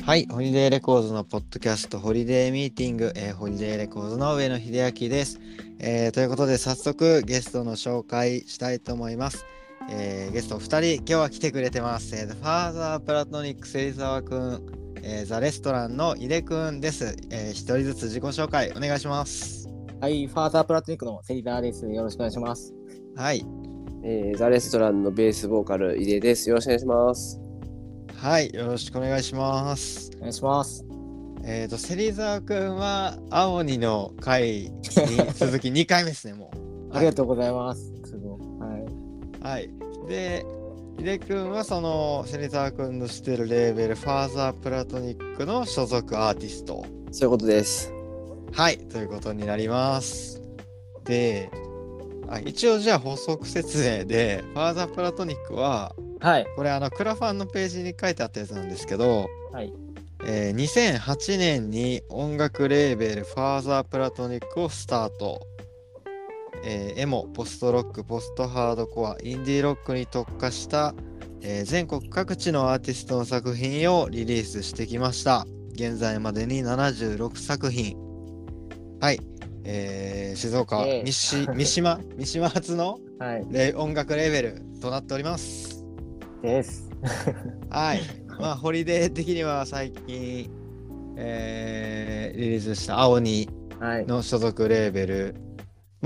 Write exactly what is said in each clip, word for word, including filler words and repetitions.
はい、ホリデーレコーズのポッドキャストホリデーミーティング、えー、ホリデーレコーズの上野秀明です、えー、ということで早速ゲストの紹介したいと思います、えー、ゲストふたり今日は来てくれてます、えー、ファーザープラトニック芹沢くん、えー、ザレストランの井出くんです、えー、一人ずつ自己紹介お願いします。 はい、ファーザープラトニックの芹沢です。よろしくお願いします。 はい、 えー、ザレストランのベースボーカル井出です。よろしくお願いします。 はい、よろしくお願いします。 お願いします。 えっ、ー、と芹沢くんは青鬼の回に続きにかいめですねもう、 はい、ありがとうございます。すごい。はい。 はい。で、井出くんはその芹沢くんの知ってるレーベルファーザープラトニックの所属アーティスト。 そういうことです。 はい、ということになります。で、あ一応じゃあ補足説明で、ファーザープラトニックは、 はい、 これあのクラファンのページに書いてあったやつなんですけど、 はい、 えー、にせんはちねんに音楽レーベルファーザープラトニックをスタート。えー、エモ、ポストロック、ポストハードコア、インディーロックに特化した、えー、全国各地のアーティストの作品をリリースしてきました。現在までにななじゅうろくさくひん。はい、えー、静岡、 えー、 三島三島三島発の、 はい、 レ音楽レーベルとなっております。 です。 はい。まあホリデー的には最近、えー、リリースした青鬼の所属レーベル、はい、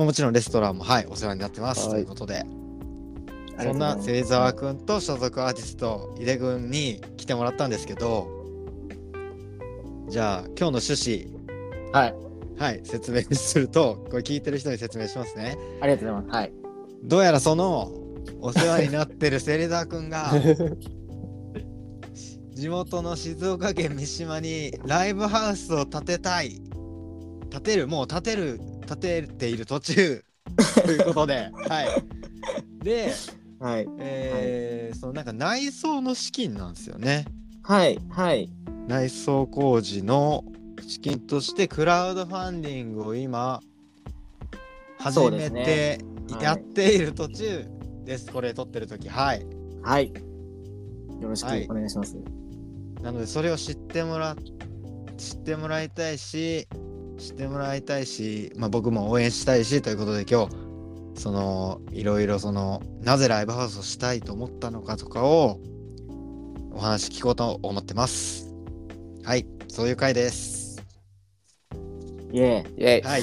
もちろんレストランもはいお世話になってます、はい、ということで、そんな芹沢くんと所属アーティスト井出くんに来てもらったんですけど、じゃあ今日の趣旨はいはい説明すると、これ聞いてる人に説明しますね。 ありがとうございます。はい。 どうやらそのお世話になってる芹沢くんが地元の静岡県三島にライブハウスを建てたい建てるもう建てる建てている途中ということではいで、はいえーはい、そのなんか内装の資金なんですよね。 はいはい内装工事の資金としてクラウドファンディングを今始めて、ね、やっている途中です、はい、これ撮ってる時はいはいよろしくお願いします、はい、 なのでそれを知ってもら知ってもらいたいし知ってもらいたいし、まあ、僕も応援したいしということで、今日そのいろいろそのなぜライブハウスをしたいと思ったのかとかをお話聞こうと思ってます。はい、そういう回です。 イエーイイエーイはい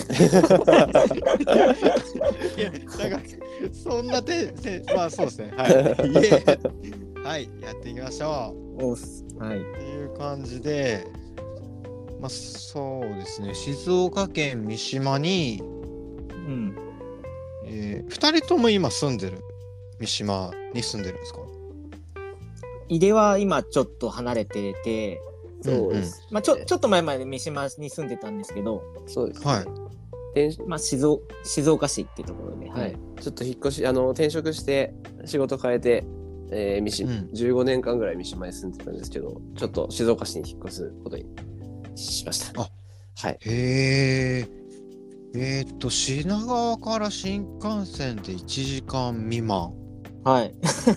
いやなんかそんな手まあそうですねはいイエーイはいやっていきましょう。 おっすはいっていう感じで、まあそうですね、静岡県三島に、うんえー、ふたりとも今住んでる三島に住んでるんですか？ 井出は今ちょっと離れてて、 そうです、 うんうん、まあちょちょっと前まで三島に住んでたんですけど、 そうです、 ね、はいまあ、静, 静岡市っていうところで、 はい、ちょっと引っ越しあの転職して仕事変えて、えー三島うん、じゅうごねんかんぐらい三島に住んでたんですけど、ちょっと静岡市に引っ越すことにしました。 あ、 はい。 へえ。えー、っと品川から新幹線でいちじかん未満。 はい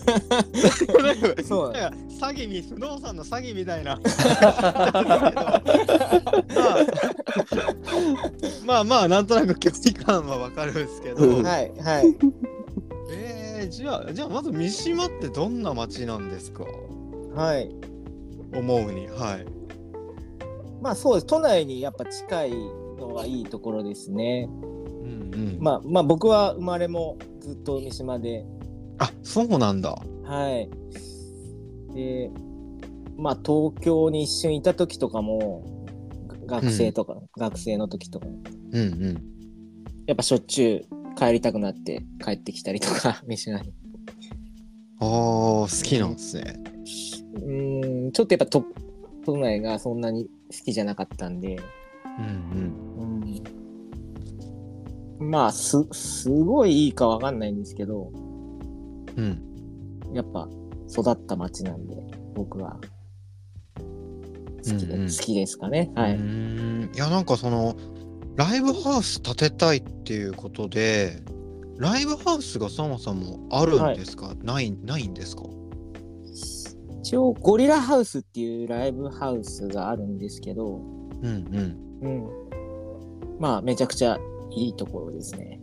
そうなんか詐欺み不動産の詐欺みたいなまあまあまあなんとなく距離感はわかるんですけど、 はいはいえー、じゃあじゃあまず三島ってどんな町なんですか？ はい思うにはいまあそうです、都内にやっぱ近いのはいいところですね。うんうんまあまあ僕は生まれもずっと三島で、 あ、そうなんだ。 はい。で、まあ東京に一瞬いた時とかも学生とか、うん、学生の時とか、うんうん、やっぱしょっちゅう帰りたくなって帰ってきたりとか三島に。 ああ好きなんですね。 うんちょっとやっぱ都都内がそんなに好きじゃなかったんで、うんうんうん、まあすすごいいいかわかんないんですけど。うん、やっぱ育った町なんで僕は好きで、うんうん、好きですかね。はい。うーんいやなんかそのライブハウス建てたいっていうことで、ライブハウスがそもそもあるんですか？はい、ないないんですか？ 一応ゴリラハウスっていうライブハウスがあるんですけど、 うんうんうん、まあめちゃくちゃいいところですね。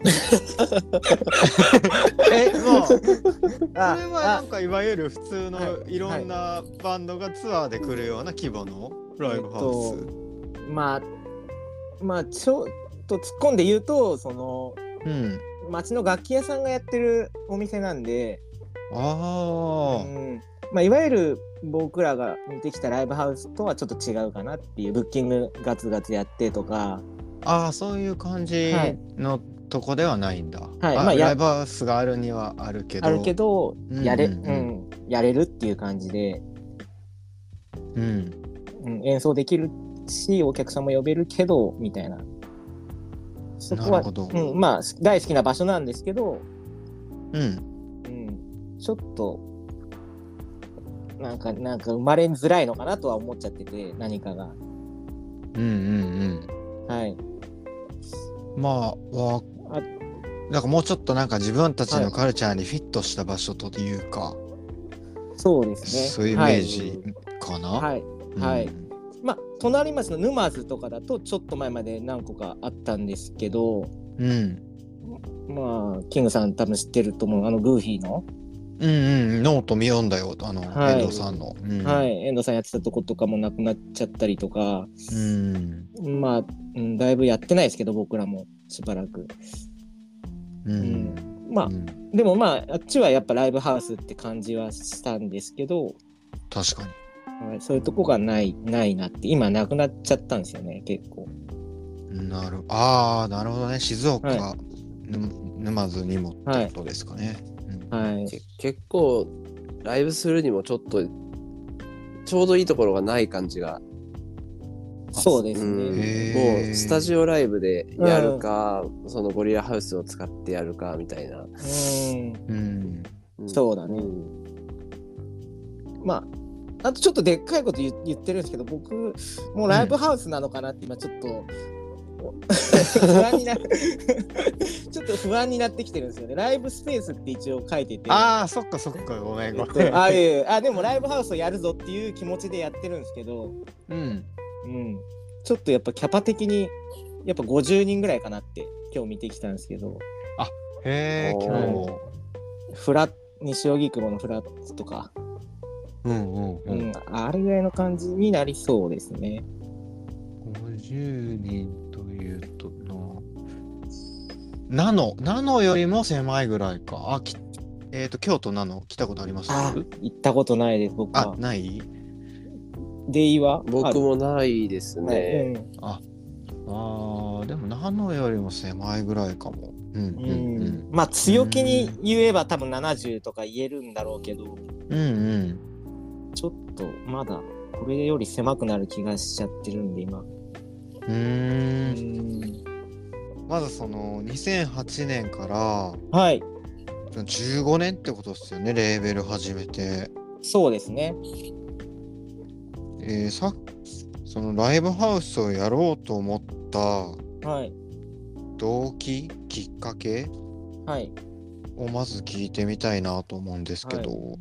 え、まあ、これあはなんかいわゆる普通のはいいろんなバンドがツアーで来るような規模のライブハウス。 えっと、まあまあちょっと突っ込んで言うと、そのうん。 町の楽器屋さんがやってるお店なんで、 ああ、 うんまあ、いわゆる僕らが見てきたライブハウスとはちょっと違うかなっていう、ブッキングガツガツやってとか、 ああ、そういう感じのとこではないんだ。 はいまあやあライブハウスがあるにはあるけど。 あるけど、 うんうんうんやれ、うん、やれるっていう感じで、 うん。 うん、演奏できるし、お客さんも呼べるけどみたいな。そこは、 なるほど。 うん、まあ大好きな場所なんですけど、 うん。 うん、ちょっとなんかなんか生まれづらいのかなとは思っちゃってて、何かが。 うんうんはい。 うん。まあ、わあなんかもうちょっとなんか自分たちのカルチャーにフィットした場所というか、 そうですね。 そういうイメージかな。 はい。 うんはい。まあ隣町の沼津とかだとちょっと前まで何個かあったんですけど、 うん。 まあキングさん多分知ってると思う、あのグーフィーの、 うんうん、ノート見読んだよ、あの、 はい遠藤さんの。うん、 はい、遠藤さんやってたとことかもなくなっちゃったりとか、 うん。 まあ、うん、だいぶやってないですけど、僕らもしばらく。 うん。 うんまあ、 うんでもまあ、あっちはやっぱライブハウスって感じはしたんですけど、 確かに。 はい、そういうとこがない、ないなって、今なくなっちゃったんですよね、結構。 なるああ、なるほどね。静岡、 はぬ沼津にもってことですかね。うんはい。 け結構ライブするにもちょっとちょうどいいところがない感じが、 そうですうんね。 へーもうスタジオライブでやるか、そのゴリラハウスを使ってやるかみたいな、 うん、 うん。 うんそうだね。 んまあ、あとちょっとでっかいこと言言ってるんですけど、僕、もうライブハウスなのかなって今ちょっと、不安になちょっと不安になってきてるんですよね。ライブスペースって一応書いてて。 ああ、そっかそっか、ごめんえっごめん。 と、あいえいえあでもライブハウスをやるぞっていう気持ちでやってるんですけど、 うん。 うん、ちょっとやっぱキャパ的にやっぱごじゅうにんぐらいかなって今日見てきたんですけど、 へえ、 おー今日も。 フラ西荻窪のフラッツとか、 うんうんううん。 ん、あれぐらいの感じになりそうですね。 ごじゅうにんというとな。ナノ、ナノよりも狭いぐらいか。あ、きえっ、と、京都ナノ来たことあります？ あ行ったことないです僕あ、 は。 ないデイは僕もないですある、 ね。 ああ、でもナノよりも狭いぐらいかも。うんうんうんうんまあ強気に言えば多分ななじゅうとか言えるんだろうけど、 うん。うんうん。 ちょっとまだこれより狭くなる気がしちゃってるんで今。 ううーん。 んまずそのにせんはちねんからはいじゅうごねんってことですよね、レーベル始めて。 そうですね。 えー、さそのライブハウスをやろうと思ったはい動機、きっかけはいをまず聞いてみたいなと思うんですけど、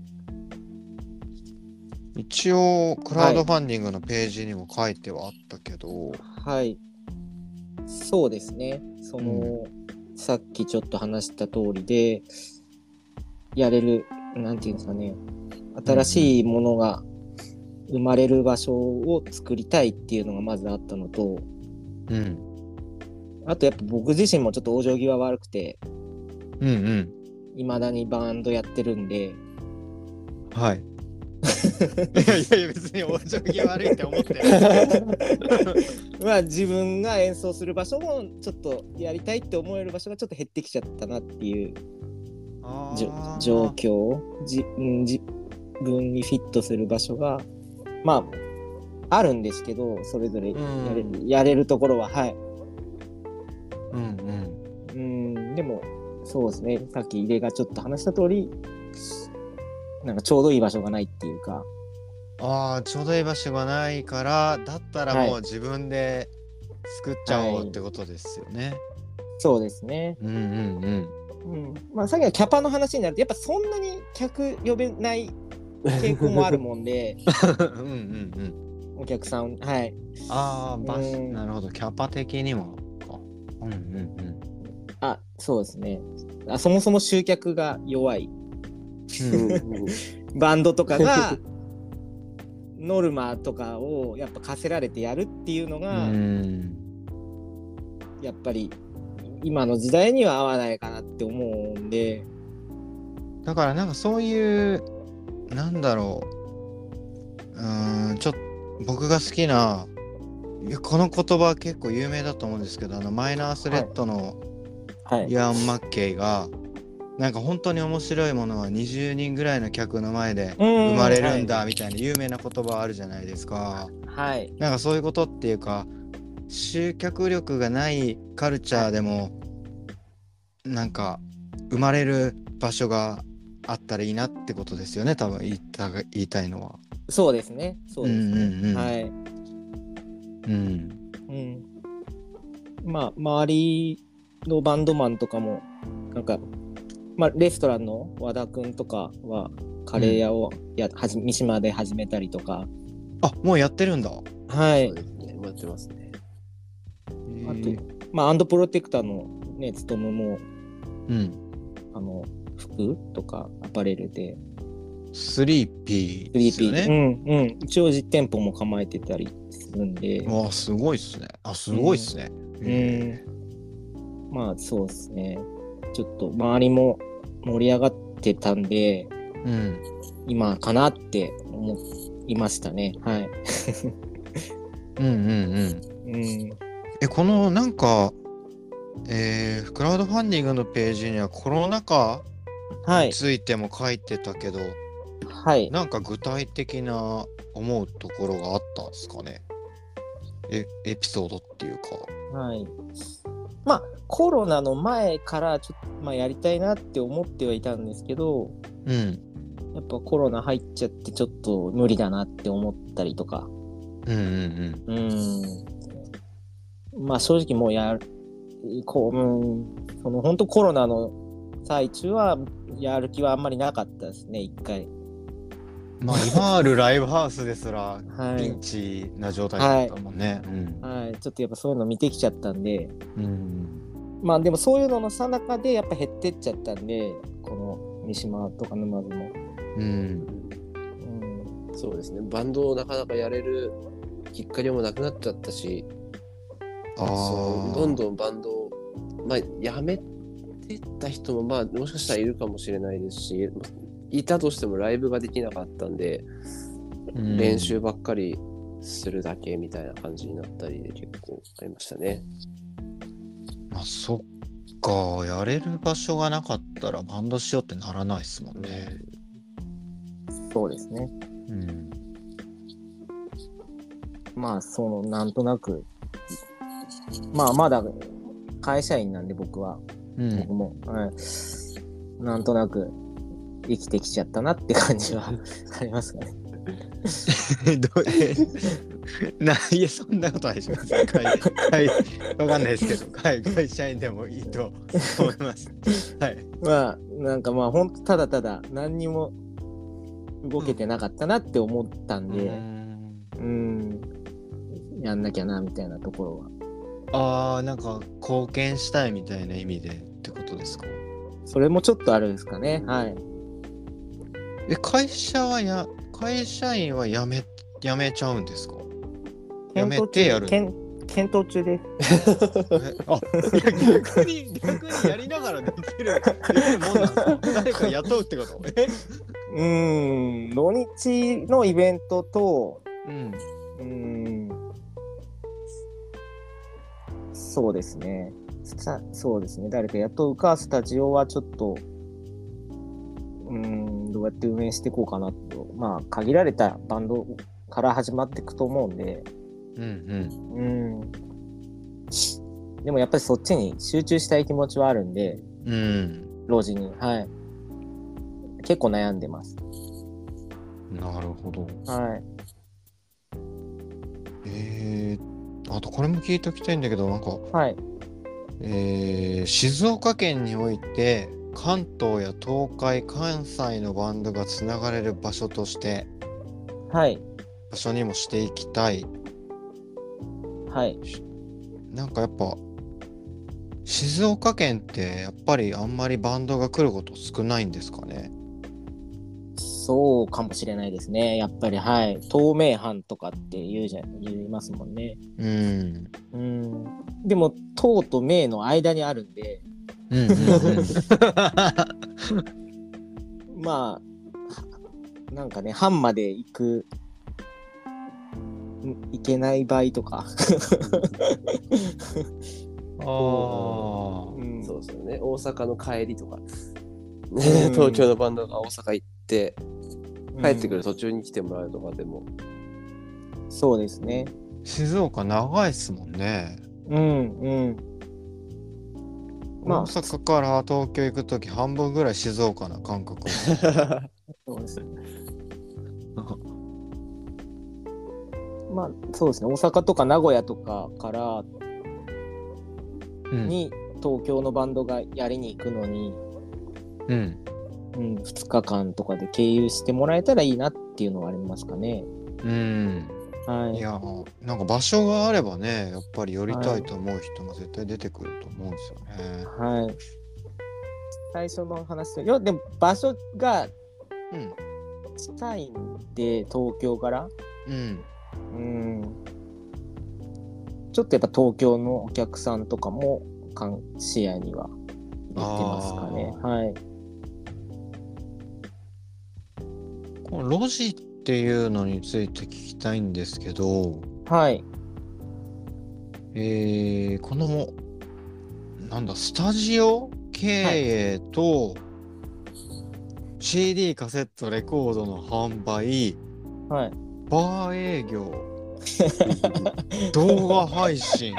一応クラウドファンディングのページにも書いてはあったけど、 はいそうですね。その、さっきちょっと話した通りでやれる、なんていうんですかね、新しいものが生まれる場所を作りたいっていうのがまずあったのと、 うん、 あとやっぱ僕自身もちょっと往生際悪くて、 うんうん未だにバンドやってるんではいいやいやいや別に往生際悪いって思ってるまあ自分が演奏する場所もちょっとやりたいって思える場所がちょっと減ってきちゃったなっていうじょあー状況、じ、うん、自分にフィットする場所がまああるんですけど、それぞれやれる、 うんやれるところははい、 うんうんうんでもそうですね、さっき井出がちょっと話した通り、なんかちょうどいい場所がないっていうか、 ああちょうどいい場所がないから、だったらもはう自分で作っちゃおうってことですよね、 そうですね。 うんうんうんうん、まあさっきのキャパの話になるとやっぱそんなに客呼べない傾向もあるもんでうんうんうんお客さんはいああ場所うんなるほどキャパ的にもかうんうんうんあそうですねあそもそも集客が弱いうんうんバンドとかがノルマとかをやっぱ課せられてやるっていうのうがんやっぱり今の時代には合わないかなって思うんでだからなんかそういうなんだろううーんちょっと僕が好きないやこの言葉結構有名だと思うんですけどあのマイナースレッドのはいイアン・マッケイがなんか本当に面白いものはにじゅうにんぐらいの客の前で生まれるんだみたいな有名な言葉あるじゃないですか。 はいなんかそういうことっていうか集客力がないカルチャーでもなんか生まれる場所があったらいいなってことですよね多分言いた言いたいのは。 そうですねそうですね、 うんうんうんはいうんうんまあ周りのバンドマンとかもなんかまあレストランの和田くんとかはカレー屋をや、はじ三島で始めたりとかあもうやってるんだ。 はいそうですね待ってますねあとまあアンドプロテクターのねつとむもうんあの服とかアパレルでスリーピーですよスリーピーね。 うんうん一応実店舗も構えてたりするんでわあすごいっすね。あすごいっすね。 うんまあそうですねちょっと周りも盛り上がってたんでうん今かなって思いましたねはいうんうんうんうんえこのなんかえー、クラウドファンディングのページにはコロナ禍はいについても書いてたけど、 はいなんか具体的な思うところがあったんですかね。えエピソードっていうか。 はいまあコロナの前からちょっと、まあ、やりたいなって思ってはいたんですけどうんやっぱコロナ入っちゃってちょっと無理だなって思ったりとかうんうんうんまあ正直もうやこう、うん、その本当コロナの最中はやる気はあんまりなかったですね一回。 うん。まあ今あるライブハウスですらはいピンチな状態だったもんね。 はい、ちょっとやっぱそういうの見てきちゃったんでうんうんまあでもそういうののさなかでやっぱ減ってっちゃったんでこの三島とか沼津も、 うんうん、 そうですねバンドをなかなかやれるきっかけもなくなっちゃったしあそうどんどんバンドを、まあ、やめてった人も、まあ、もしかしたらいるかもしれないですしいたとしてもライブができなかったんで、 うん、 練習ばっかりするだけみたいな感じになったりで結構ありましたね。 まあそっかやれる場所がなかったらバンドしようってならないですもんね。 そうですね。 うん、 まあそのなんとなくまあまだ会社員なんで僕は、 うん、 僕も、はい、なんとなく生きてきちゃったなって感じはありますかね。 どうないやそんなことないします。はい、わかんないですけど、会会社員でもいいと思います。はい。 まあなんかまあほんとただただ何にも動けてなかったなって思ったんで、うん、やんなきゃなみたいなところは。 ああなんか貢献したいみたいな意味でってことですか。 それもちょっとあるんですかね。はい。 え会社はや会社員は辞め辞めちゃうんですか。辞めてやる。 検検討中です。 あいや逆に逆にやりながらできるできるもんなんですか。誰か雇うってこと。えうーん土日のイベントと、 うん、 うーんそうですね。そうですね。誰か雇うかスタジオはちょっとうーんどうやって運営していこうかなと。まあ限られたバンドから始まっていくと思うんで。 うんうん。 うんでもやっぱりそっちに集中したい気持ちはあるんで、 うん、 老人にはい結構悩んでます。 なるほど。 はい。 えー、あとこれも聞いておきたいんだけどなんか、 はい。 えー、静岡県において関東や東海、関西のバンドがつながれる場所としてはい場所にもしていきたい。 はいなんかやっぱ静岡県ってやっぱりあんまりバンドが来ること少ないんですかね。 そうかもしれないですね。やっぱりはい。東名阪とかって言うじゃん、言いますもんね。 うん。 うん。でも東と名の間にあるんで、 うんうんうん、 まあなんかね、阪まで行く行けない場合とか。 ああ、 うん、そうですよね。大阪の帰りとか、ね、東京のバンドが大阪行って帰ってくる途中に来てもらうとかでも、 うん、そうですね。 静岡長いっすもんね。 うんうん。 まあ、大阪から東京行くとき半分ぐらい静岡な感覚。 そうですね。まあそうですね。大阪とか名古屋とかからに東京のバンドがやりに行くのに、 うんうん、ふつかかんとかで経由してもらえたらいいなっていうのはありますかね。 うん、はい、いやなんか場所があればね、やっぱり寄りたいと思う人も絶対出てくると思うんですよね。 はい。最初の話いやでも場所が近いんで、うん、東京から、うん、うん、ちょっとやっぱ東京のお客さんとかも視野には入れてますかね。はい。 この路地っていうのについて聞きたいんですけど、 はい。 えー、このなんだスタジオ経営と、はい、シーディー カセットレコードの販売、はい、バー営業動画配信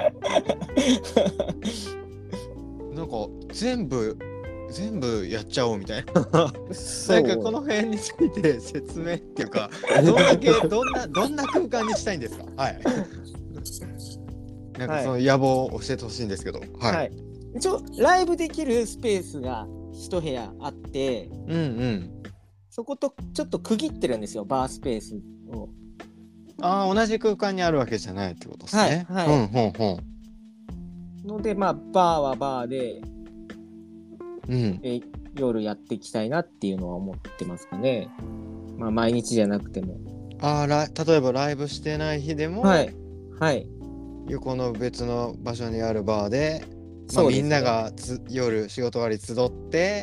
なんか全部全部やっちゃおうみたいななんかこの辺について説明っていうかどんだけどんなどんな空間にしたいんですか。はいなんかその野望を教えてほしいんですけど、はい、 はい、一応ライブできるスペースが一部屋あって、うんうん、そことちょっと区切ってるんですよ、バースペースを。 ああ、同じ空間にあるわけじゃないってことですね。はい、はい。うん、ほんほん。 ので、まあ、バーはバーで、うん、え夜やっていきたいなっていうのは思ってますかね。まあ、毎日じゃなくても。 ああ、例えばライブしてない日でも、はい。はい。横の別の場所にあるバーで、まあ、みんながつ夜仕事終わり集って、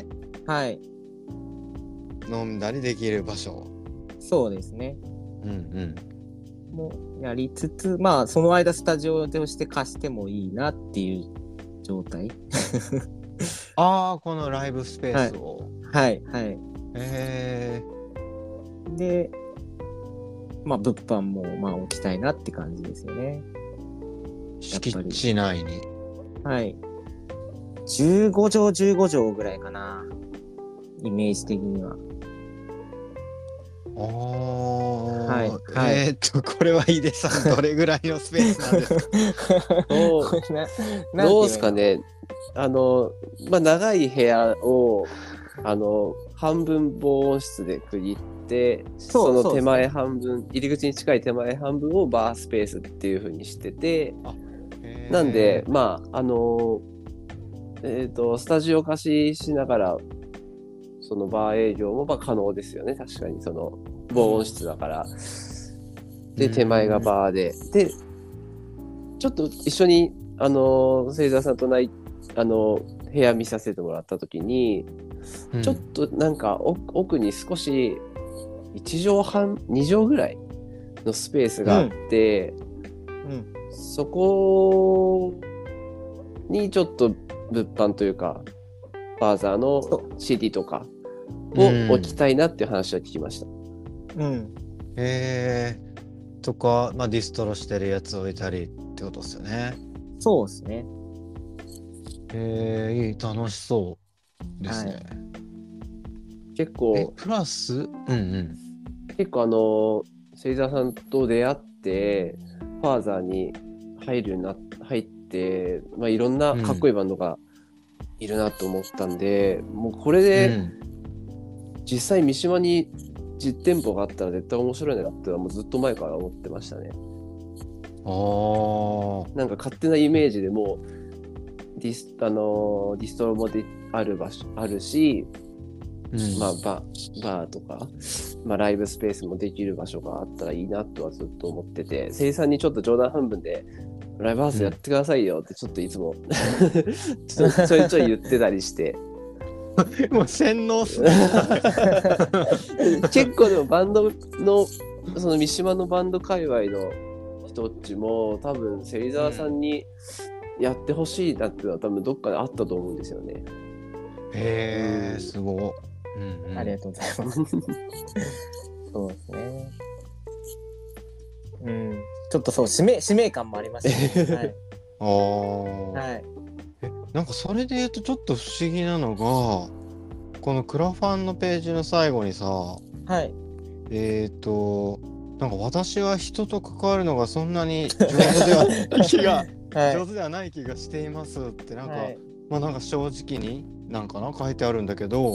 はい。飲んだりできる場所。 そうですね。 うんうん。 もやりつつ、まあその間スタジオとして貸してもいいなっていう状態。 ああ、このライブスペースを。 はいはい。はい、 へえ。 で、まあ物販もまあ置きたいなって感じですよね。 敷地内に。 はい。じゅうごじょうじゅうごじょうぐらいかな。イメージ的には。 ああ、はい、えー、っとこれは井出さんどれぐらいのスペースなんですか。 どうどうですかね。あのまあ長い部屋をあの半分防音室で区切って、そ, その手前半分、入り口に近い手前半分をバースペースっていう風にしてて、なんでまああのえー、とスタジオ貸ししながらそのバー営業もまあ可能ですよね。確かにその防音室だから。で手前がバーで、でちょっと一緒にあの芹沢さんとないあの部屋見させてもらった時に、うん、ちょっとなんか奥に少しいちじょうはんにじょうぐらいのスペースがあって、うんうん、そこにちょっと物販というかファーザーの シーディー とかを置きたいなっていう話は聞きました。 うん。へえ。とか、まあディストロしてるやつ置いたりってことですよね。 そうですね。 へえ、いい、楽しそうですね。はい、 結構プラス、うんうん。 結構あの芹沢さんと出会ってファーザーに入るようにな入って、まあいろんなかっこいいバンドが、うんいるなと思ったんで、もうこれで、うん、実際三島に実店舗があったら絶対面白いなってはもうずっと前から思ってましたね。 あなんか勝手なイメージでもディス、あのー、ディストロもである場所あるし、うん、まあバ、バーとか、まあ、ライブスペースもできる場所があったらいいなとはずっと思ってて、生産にちょっと冗談半分でライブハウスやってくださいよってちょっといつも、うん、ちょちょいちょい言ってたりしてもう洗脳する結構でもバンドのその三島のバンド界隈の人っちも多分芹沢さんにやってほしいなっていうのは多分どっかであったと思うんですよね。 へえ、うん、すごい、 うんうん、ありがとうございますそうですね、うん、ちょっとそう使命、使命感もありましたね、はい、 ああ、はい、えなんかそれで言うとちょっと不思議なのがこのクラファンのページの最後にさ、 はい、 えっ、ー、となんか私は人と関わるのがそんなに上手ではない気が、はい、上手ではない気がしていますってなんか、はい、まあなんか正直になんかな書いてあるんだけど、 はい、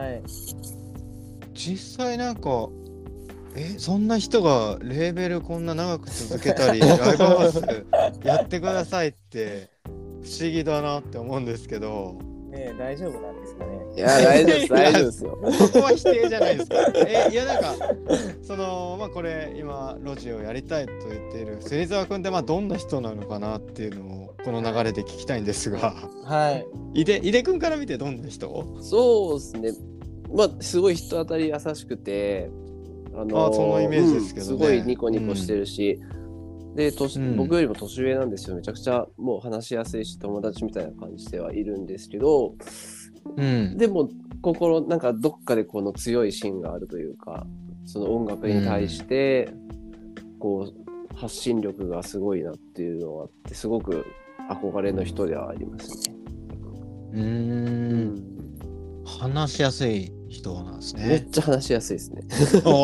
実際なんかえそんな人がレーベルこんな長く続けたりライブハウスやってくださいって不思議だなって思うんですけどねえ大丈夫なんですかね。 いや大丈夫です大丈夫ですよそこは否定じゃないですかえいやなんかそのまあこれ今ロジをやりたいと言っている芹沢君ってまあどんな人なのかなっていうのをこの流れで聞きたいんですがはい井出井出君から見てどんな人？ そうですねまあすごい人当たり優しくてあのー、 あそのイメージですけどね、 うん、すごいニコニコしてるし、うん、で年、うん、僕よりも年上なんですよ。めちゃくちゃもう話しやすいし友達みたいな感じではいるんですけど、うん、でも心なんかどっかでこの強い芯があるというかその音楽に対してこう発信力がすごいなっていうのがあってすごく憧れの人ではありますね。 うーん、うん、話しやすい人なんですね。 めっちゃ話しやすいですね。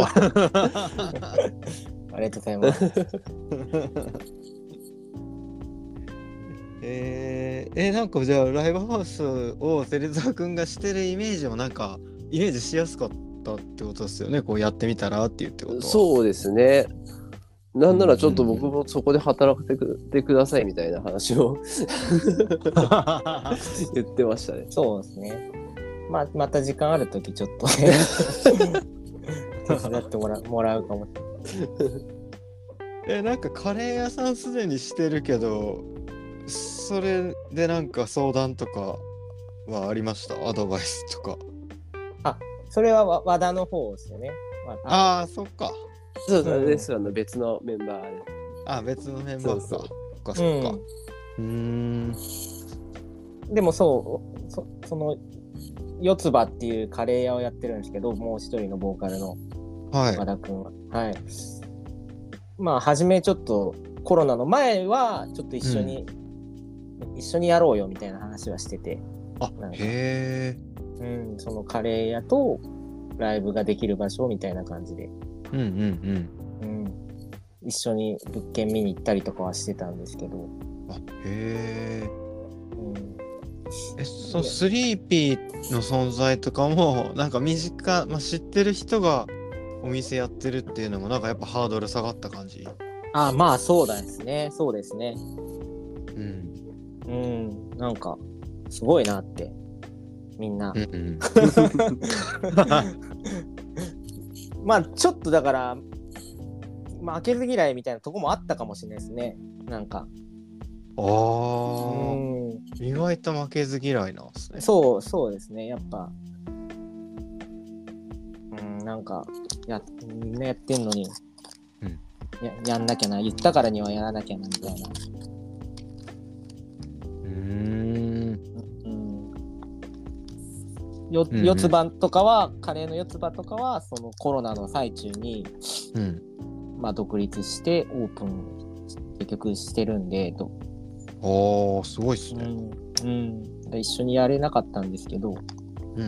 ありがとうございます。 えー、えなんかじゃあライブハウスを芹沢くんがしてるイメージもなんかイメージしやすかったってことですよね。こうやってみたらって言ってことは。 そうですね。なんならちょっと僕もそこで働けてくださいみたいな話を言ってましたね。 そうですね。まあ、また時間あるときちょっと手伝ってもら、もらうかも。 え、なんかカレー屋さんすでにしてるけど、それでなんか相談とかはありました？アドバイスとか。 あ、それは和田の方ですよね。 ああ、そっか。 そうそう、レストランの別のメンバーで。 あ、別のメンバーか。そっかそっか。うーん。 でもそう、そ, その四つ葉っていうカレー屋をやってるんですけど、もう一人のボーカルの和田くんは、はい、はい。まあ初めちょっとコロナの前はちょっと一緒に、うん、一緒にやろうよみたいな話はしてて、 あ、へえ、うん、そのカレー屋とライブができる場所みたいな感じで、 うんうんうん、 うん、一緒に物件見に行ったりとかはしてたんですけど、 あ、へえ。えそのスリーピーの存在とかもなんか身近、まあ、知ってる人がお店やってるっていうのもなんかやっぱハードル下がった感じ？ あ、まあそうですね、そうですね。 うんうん、なんかすごいなってみんな。うんうん、まあちょっとだから、まあ、負けず嫌いみたいなとこもあったかもしれないですね。なんか。 ああ、うん、意外と負けず嫌いなんですね。 そうそうですね、やっぱ、うん、なんかやみんなやってんのに、うん、や, やんなきゃな、言ったからにはやらなきゃなみたいな。 うーん、 うん、よ、四つ葉とかは、カレーの四つ葉とかはそのコロナの最中に、うん、まあ独立してオープン結局してるんで。どああ、すごいっすね。 うん、うん、一緒にやれなかったんですけど、 うん、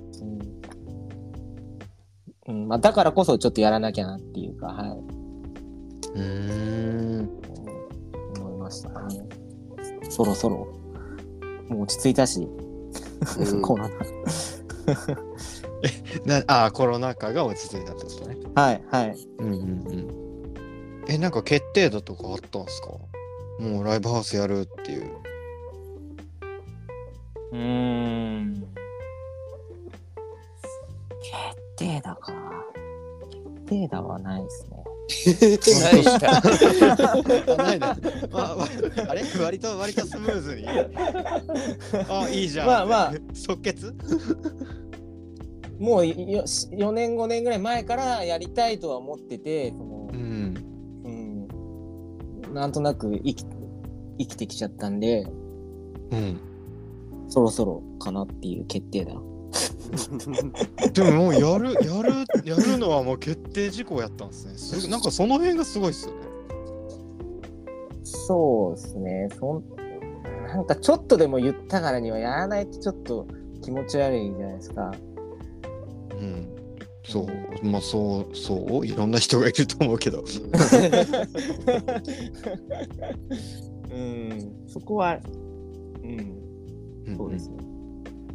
うん、まあだからこそちょっとやらなきゃなっていうか、はい。うーん、 思いましたね。そろそろもう落ち着いたし、 うん、コロナなあコロナ禍が落ち着いたってことね。 はいはい。 うんうんうん。えなんか決定打とかあったんですか？もうライブハウスやるっていう。 うーん。決定打か。決定打はないですね。 ないかないだ、まあ、あれ割と割とスムーズにあいいじゃんまあまあ即決もうよよねんごねんぐらい前からやりたいとは思っててその、 うんうん、なんとなく生き、生きてきちゃったんで、 うん、 そろそろかなっていう決定だ。 でももうやるやるやるのはもう決定事項やったんですね。すなんかその辺がすごいっすよね。 そうですね。そんなんかちょっとでも言ったからにはやらないとちょっと気持ち悪いじゃないですか。 うん。そうまあそうそういろんな人がいると思うけど。 うん、そこは、うん、そうですね。うん、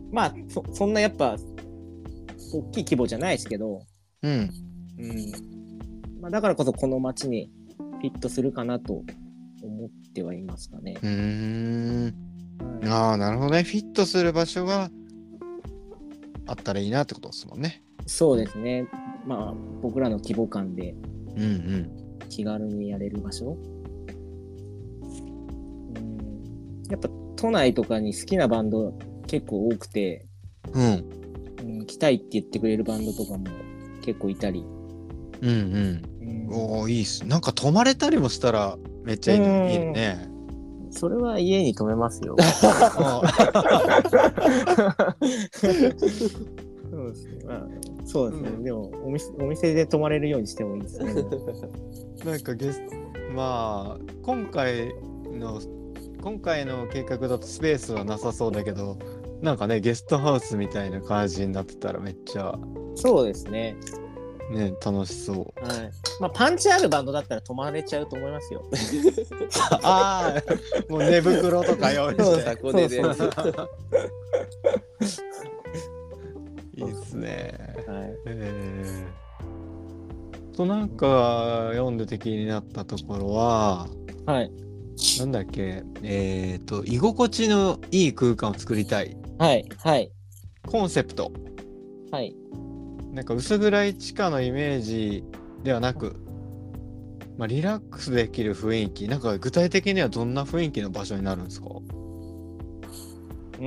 まあそ、そんなやっぱ大きい規模じゃないですけど、 うん、うん、 まあ、だからこそこの街にフィットするかなと思ってはいますかね。 うーん、はい、ああなるほどね。フィットする場所があったらいいなってことですもんね。 そうですね。まあ僕らの規模感で気軽にやれる場所。 うんうん、やっぱ都内とかに好きなバンド結構多くて、 うんうん、来たいって言ってくれるバンドとかも結構いたり。 うんうん。うん、おおいいっす。なんか泊まれたりもしたらめっちゃいいね。いいね。 それは家に泊めますよ。そうですね。まあ、そうですね。うん、でもお店、お店で泊まれるようにしてもいいですね。 なんかゲスまあ今回の今回の計画だとスペースはなさそうだけど、なんかねゲストハウスみたいな感じになってたらめっちゃそうですね。 ね楽しそう。 はい。まあパンチあるバンドだったら泊まれちゃうと思いますよ。 ああもう寝袋とか用意して。 こでで。 いいっすね。 はい。 えー、となんか読んでて気になったところは、 はい。 なんだっけ、えっと居心地のいい空間を作りたい。 はいはい。 コンセプト。 はい。 なんか薄暗い地下のイメージではなく、まあ、リラックスできる雰囲気。なんか具体的にはどんな雰囲気の場所になるんですか？ うん。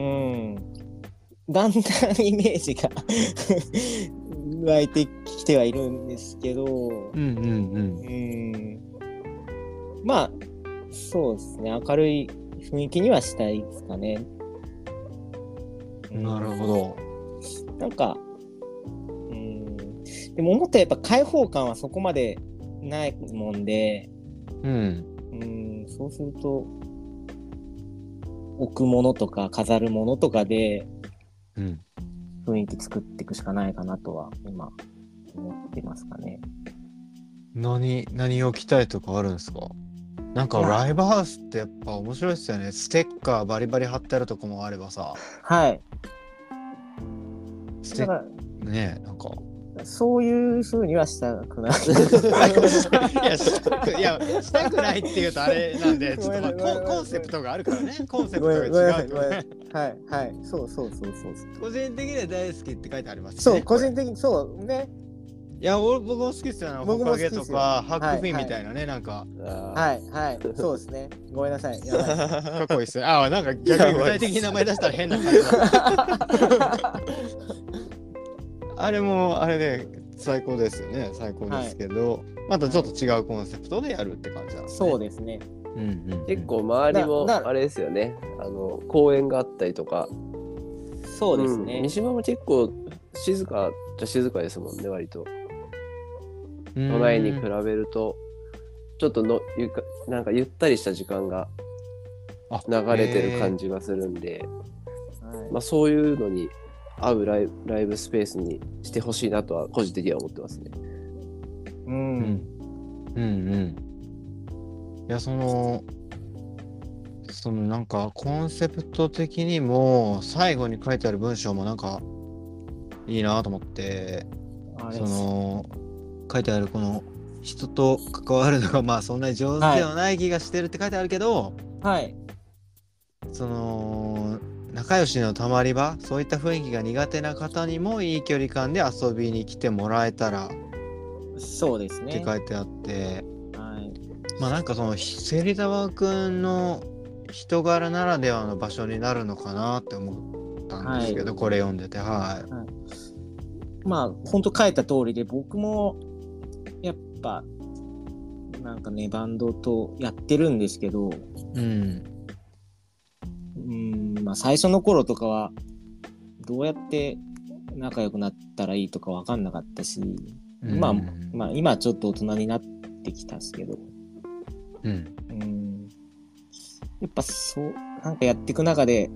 だんだんイメージが湧いてきてはいるんですけど、うんうんうん。うん 。まあそうですね。明るい雰囲気にはしたいですかね。 なるほど。 なんか、うん。でも思ったらやっぱ開放感はそこまでないもんで、 うん。 うん。そうすると置くものとか飾るものとかで。うん、雰囲気作っていくしかないかなとは今思ってますかね。 何何を着たいとかあるんですか？なんかライブハウスってやっぱ面白いですよね。ステッカーバリバリ貼ってあるとこもあればさ。 はい。 ステッカーねなんかそういう風にはしたくない。 いやしたくいやしたくないっていうとあれなんでちょっと、まあ、コンセプトがあるからね。コンセプトが違うとね。 はいはいそうそうそうそう個人的には大好きって書いてありますね。 そう個人的にそうね。 いや俺僕も好きですよね。ホカゲとかハックフィンみたいなね、はい、なんかはいはいそうですね。ごめんなさい。やばいかっこいいですね。あなんか逆に具体的に名前出したら変な感じだ。あれもあれで最高ですよね。最高ですけど、はい、またちょっと違うコンセプトでやるって感じなんですね。 そうですね。 うんうんうん、 結構周りもあれですよね。あの公園があったりとか。 そうですね。 うん、三島も結構静かじゃ静かですもんね割と。都内に比べるとちょっとのゆかなんかゆったりした時間が流れてる感じがするんで、まあ、そういうのに合うライブ、ライブスペースにしてほしいなとは個人的には思ってますね。 うん、うん、 うんうん。いやそのそのなんかコンセプト的にも最後に書いてある文章もなんかいいなと思って、 あれその書いてあるこの人と関わるのがまあそんなに上手ではない気がしてるって書いてあるけど、 はい、 その仲良しのたまり場、そういった雰囲気が苦手な方にもいい距離感で遊びに来てもらえたらそうですねって書いてあって、 はい、 まあなんかその芹沢くんの人柄ならではの場所になるのかなって思ったんですけど、はい、これ読んでて、はい、はい、 まあ本当書いた通りで、僕もやっぱなんかねバンドとやってるんですけど、うん、うんまあ最初の頃とかはどうやって仲良くなったらいいとか分かんなかったし、うん、まあまあ今ちょっと大人になってきたんですけど、うん、うんやっぱそうなんかやっていく中で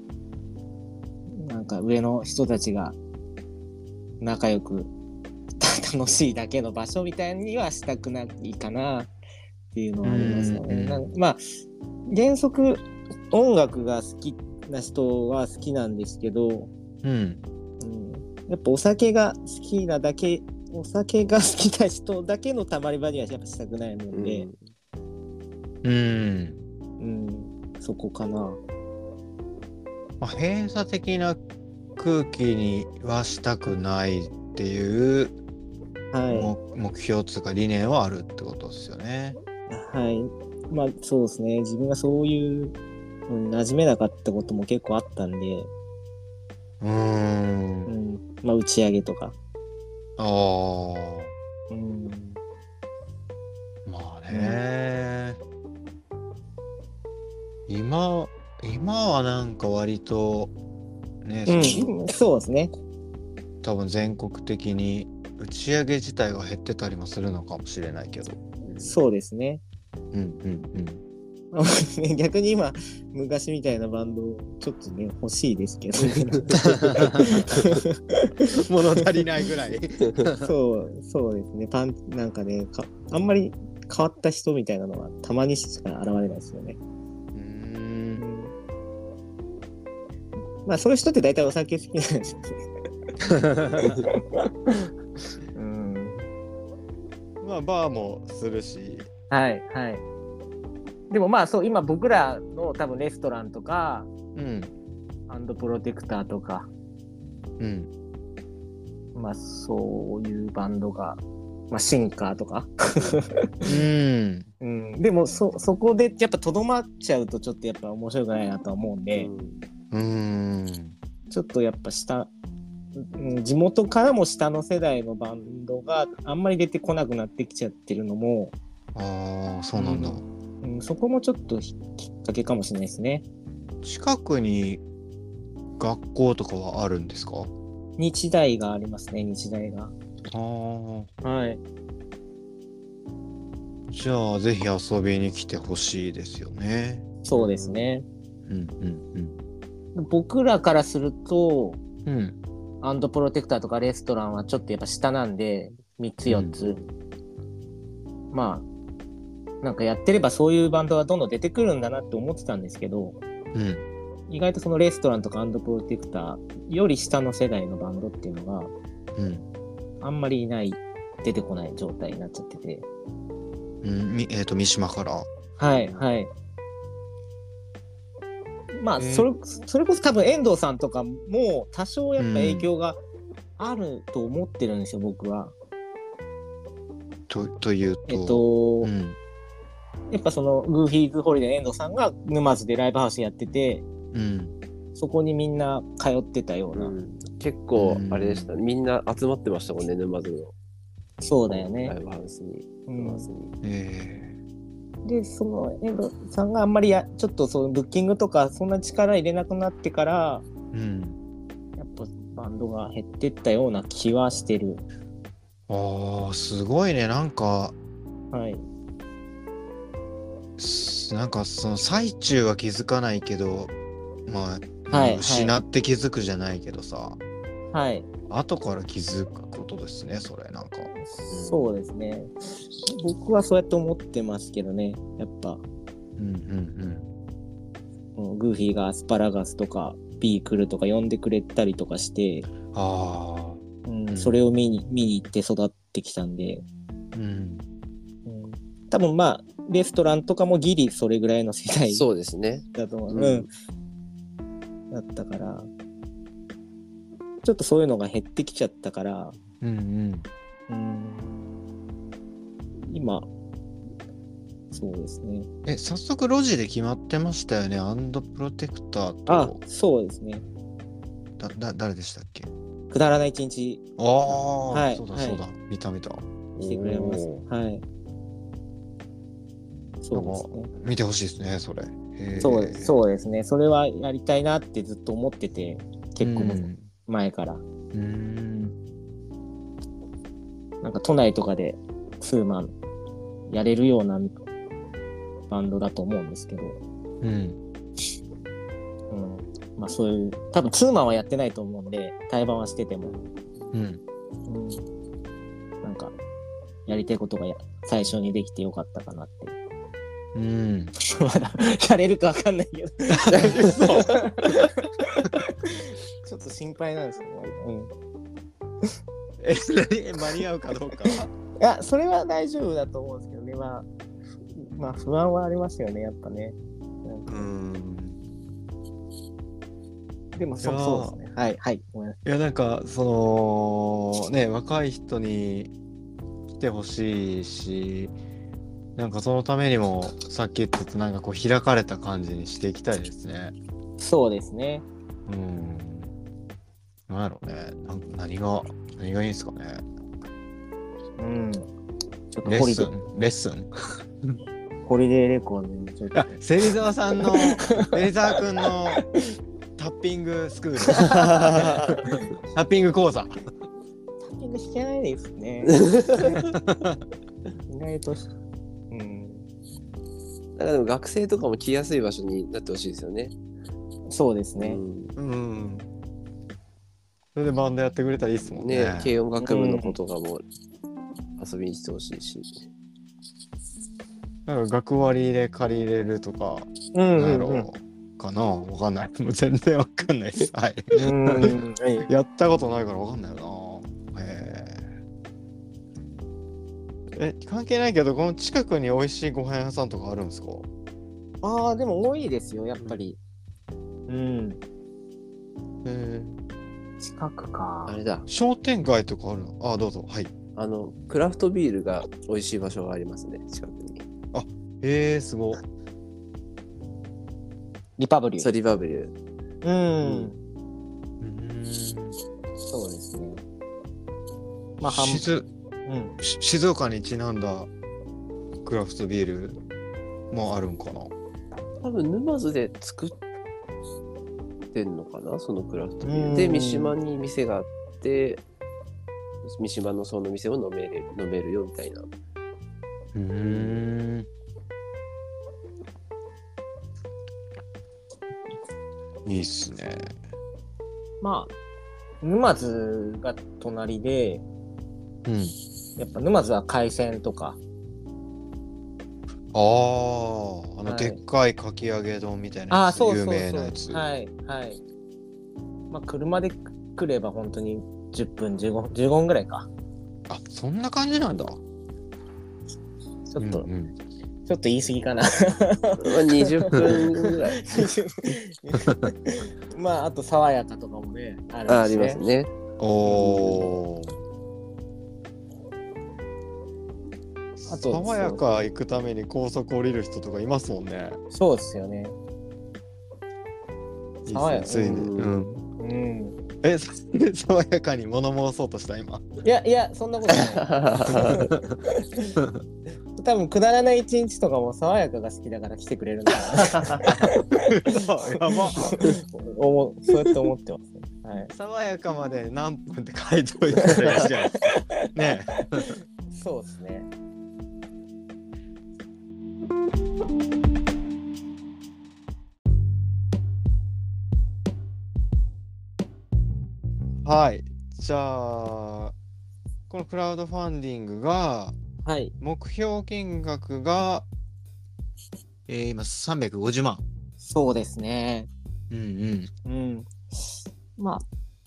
なんか上の人たちが仲良く楽しいだけの場所みたいにはしたくないかなっていうのはありますよね。なんまあ原則音楽が好きな人は好きなんですけど、うんうん、やっぱお酒が好きなだけお酒が好きな人だけのたまり場にはやっぱしたくないもんで、うん、うん、そこかな。 まあ、閉鎖的な空気にはしたくないっていう、はい、目標というか理念はあるってことですよね。 はい、まあそうですね。自分がそういうのに馴染めなかったことも結構あったんで、うーん、うん、まあ打ち上げとか。ああ、 うん、まあね、うん、今今はなんか割とね、 うん、そうですね。 多分全国的に打ち上げ自体が減ってたりもするのかもしれないけど。 そうですね。うんうんうん。逆に今昔みたいなバンドちょっとね欲しいですけど、ね、 物足りないぐらい。 そうそうですね。パンなんかねかあんまり変わった人みたいなのはたまにしか現れないですよね。うーん。まあそういう人って大体お酒好きなんですよね。 うん。まあバーもするし。 はいはい。でもまあそう今僕らの多分レストランとか、うん、アンドプロテクターとか、うん、まあそういうバンドが、まあシンカーとか、うんうん、でもそそこでやっぱとどまっちゃうとちょっとやっぱ面白くないなとは思うんで、うん、ちょっとやっぱ下地元からも下の世代のバンドがあんまり出てこなくなってきちゃってるのも、 ああそうなんだ。 うんうん、そこもちょっときっかけかもしれないですね。 近くに学校とかはあるんですか？ 日大がありますね、日大が。ああ。はい。 じゃあぜひ遊びに来てほしいですよね。 そうですね。うんうんうん。僕らからすると、うん、アンドプロテクターとかレストランはちょっとやっぱ下なんでみっつよっつ、うん、まあなんかやってればそういうバンドはどんどん出てくるんだなって思ってたんですけど、うん、意外とそのレストランとかアンドプロテクターより下の世代のバンドっていうのが、うん、あんまりいない出てこない状態になっちゃってて、 うん、えーと三島からはいはいまあそれ、それこそ多分遠藤さんとかも多少やっぱ影響があると思ってるんですよ、うん、僕は。 と、というとえっと、うん、やっぱそのグーフィーズホリデー遠藤さんが沼津でライブハウスやってて、うん、そこにみんな通ってたような、うん、 結構あれでした、うん、みんな集まってましたもんね、沼津の。 そうだよね、 ライブハウスに。沼津に、うんえーでその遠藤さんがあんまりやちょっとそのブッキングとかそんな力入れなくなってから、うん、やっぱバンドが減ってったような気はしてる。 あーすごいね。なんかはいなんかその最中は気づかないけどまあ、はい、失って気づくじゃないけどさ、はい、後から気づくことですね、それなんか。 そうですね。僕はそうやって思ってますけどね、やっぱ。うんうんのグーフィーがアスパラガスとかピークルとか呼んでくれたりとかして、 あ、 うん、それを見に見に行って育ってきたんで、 うんうん、 多分まあレストランとかもギリそれぐらいの世代そうですねだと思う、うんうん、だったからちょっとそういうのが減ってきちゃったから、 うんうんうん、今そうですね。 え、早速路地で決まってましたよね。アンドプロテクターと。 あ、そうですね。 だ、だ、誰でしたっけ？ くだらない一日。 ああ、 はい、 そうだそうだ、はい、見た見た。 来てくれます。はい。そうですね。 見てほしいですね、それ。 そう、そうですね。それはやりたいなってずっと思ってて、結構前から。うーん。なんか都内とかでツーマンやれるようなバンドだと思うんですけど。うん。うん。まあそういう、多分ツーマンはやってないと思うんで、対バンはしてても。うん。うん。なんか、やりたいことがや最初にできてよかったかなって。うん。まだやれるかわかんないけど。ちょっと心配なんですけど、ね。うん。 え、間に合うかどうか。 いや、それは大丈夫だと思うんですけどね。まあ、まあ不安はありますよね、やっぱね。うん。でもそ、そうですね。はい、はい。ごめんなさい。 いや、なんか、その、ね、若い人に来てほしいし、なんかそのためにも、さっき言ってた、なんかこう、開かれた感じにしていきたいですね。 そうですね。 うん。なんやろうね。なんか何が、何がいいんですかね。 うん。ちょっとレッスンレッスンホリデーレコードにちょっと。 あ、芹沢さんの、芹沢くんのタッピングスクール。タッピング講座。タッピング弾けないですね。意外と、うん。 だからでも学生とかも来やすい場所になってほしいですよね。 そうですね。 うん。うん、それでバンドやってくれたらいいですもんね。 ね、軽音楽部の子とかも遊びに来てほしいし。 なんか学割で借りれるとか、うんうんうん、かな、わかんない。もう全然わかんないです。はい。うんやったことないからわかんないよな。へえ。え、関係ないけど、この近くに美味しいご飯屋さんとかあるんですか？ ああ、でも多いですよ、やっぱり。うん。 へえ。 近くか。 あれだ。 商店街とかあるの？ああ、どうぞ。はい。 あの、クラフトビールが美味しい場所がありますね、近くに。 あ、へえ、すごい。 リパブリュー。 そう、リパブリュー。うん。うん。そうですね。 まあ、静、うん、静岡にちなんだクラフトビールもあるんかな。 多分沼津で作ってんのかな、そのクラフトビール。で、三島に店があって、三島のその店を飲める、飲めるよみたいな。うーん。 いいっすね。 まあ沼津が隣で、うん、やっぱ沼津は海鮮とか。 ああ、あの、はい、でっかいかき揚げ丼みたいなやつ、有名なやつ。 はいはい。まあ車で来れば本当にじゅっぷんじゅうご、じゅうごふんぐらいか。 あ、そんな感じなんだ。ちょっと。うんうんちょっと言い過ぎかなにじゅっぷんぐらいまああと爽やかとかもねあるしね。あ、ありますね。 おー。あと爽やか行くために高速降りる人とかいますもんね。 そうですよね。 爽やかついに。うん。うん。え、爽やかに物申そうとした今。 いやいやそんなことない。多分くだらない一日とかも爽やかが好きだから来てくれるんだな。やば。そうやって思ってます、 はい。爽やかまで何分って書いておいてるじゃないね。 そうですね。 はい。じゃあこのクラウドファンディングが。はい、目標金額が、えー、今さんびゃくごじゅうまん。 そうですね。 うんうんうん。ま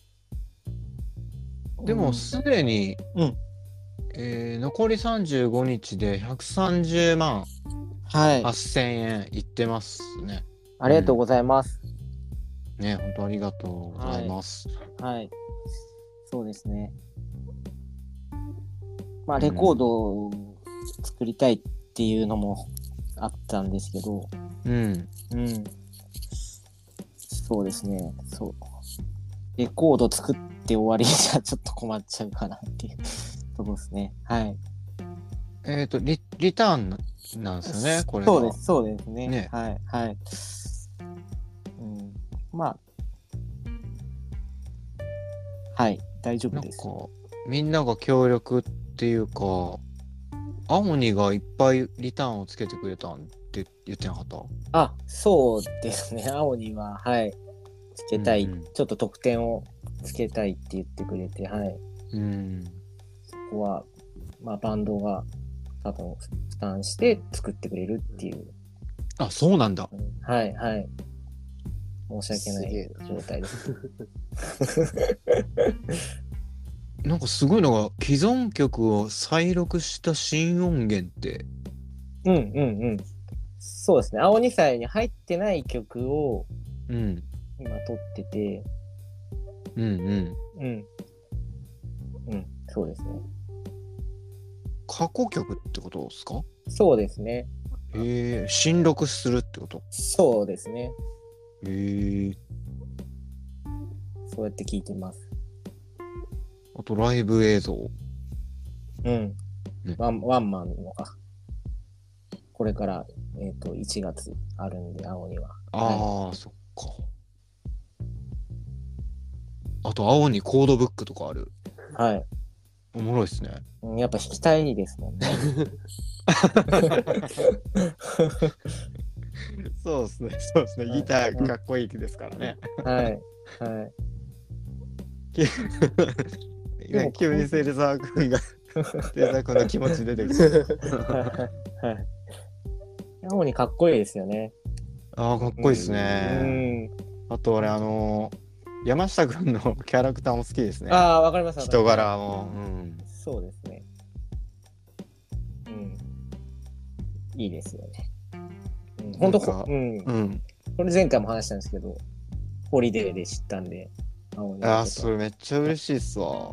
あ。でもすでに、 うん、 えー、残りさんじゅうごにちでひゃくさんじゅうまんはっせんえんいってますね。 ありがとうございます。 うん、ね、本当ありがとうございます。 はい。はい、そうですね。まあレコードを作りたいっていうのもあったんですけど、 うん、 うん、そうですね。そう。レコード作って終わりじゃちょっと困っちゃうかなっていうところですね。はい。 えっ、ー、とリ、リターンなんですよね、これが。 そうです、そうですね。 ね、 はい、はい。うん、まあ、はい、大丈夫です。 なんか、みんなが協力っていうか、青鬼がいっぱいリターンをつけてくれたんって言ってなかった？ あ、そうですね。青には、はい、つけたい、うんうん、ちょっと得点をつけたいって言ってくれて、はい。 うん。 そこは、まあ、バンドが多分負担して作ってくれるっていう。 あ、そうなんだ。 はい、はい。申し訳ない状態です。 なんかすごいのが、既存曲を再録した新音源って。 うんうんうん。そうですね。青に歳に入ってない曲を今撮ってて。 うんうん。 うん。うん、そうですね。 過去曲ってことですか？ そうですね。 へえ、新録するってこと？ そうですね。 へえ。 そうやって聞いてます。 あとライブ映像。 うん。ね、ワン、ワンマンのか。これから、えっと、いちがつあるんで、青には。 ああ、はい、そっか。あと、青にコードブックとかある。 はい。 おもろいっすね。 うん、やっぱ弾きたいですもんね。 そうですね、そうですね。ギターかっこいいですからね。 はい。はい。 今、急に芹沢君が、芹沢君の気持ち出てきた。 はい。青にかっこいいですよね。 ああ、かっこいいですね。うん。あと、俺、あのー、山下君のキャラクターも好きですね。 ああ、わかります。 人柄も、うん。 そうですね。うん。いいですよね。うん、本当か、うん、うん。これ前回も話したんですけど、ホリデーで知ったんで、青に。 ああ、それめっちゃ嬉しいっすわ。 はい。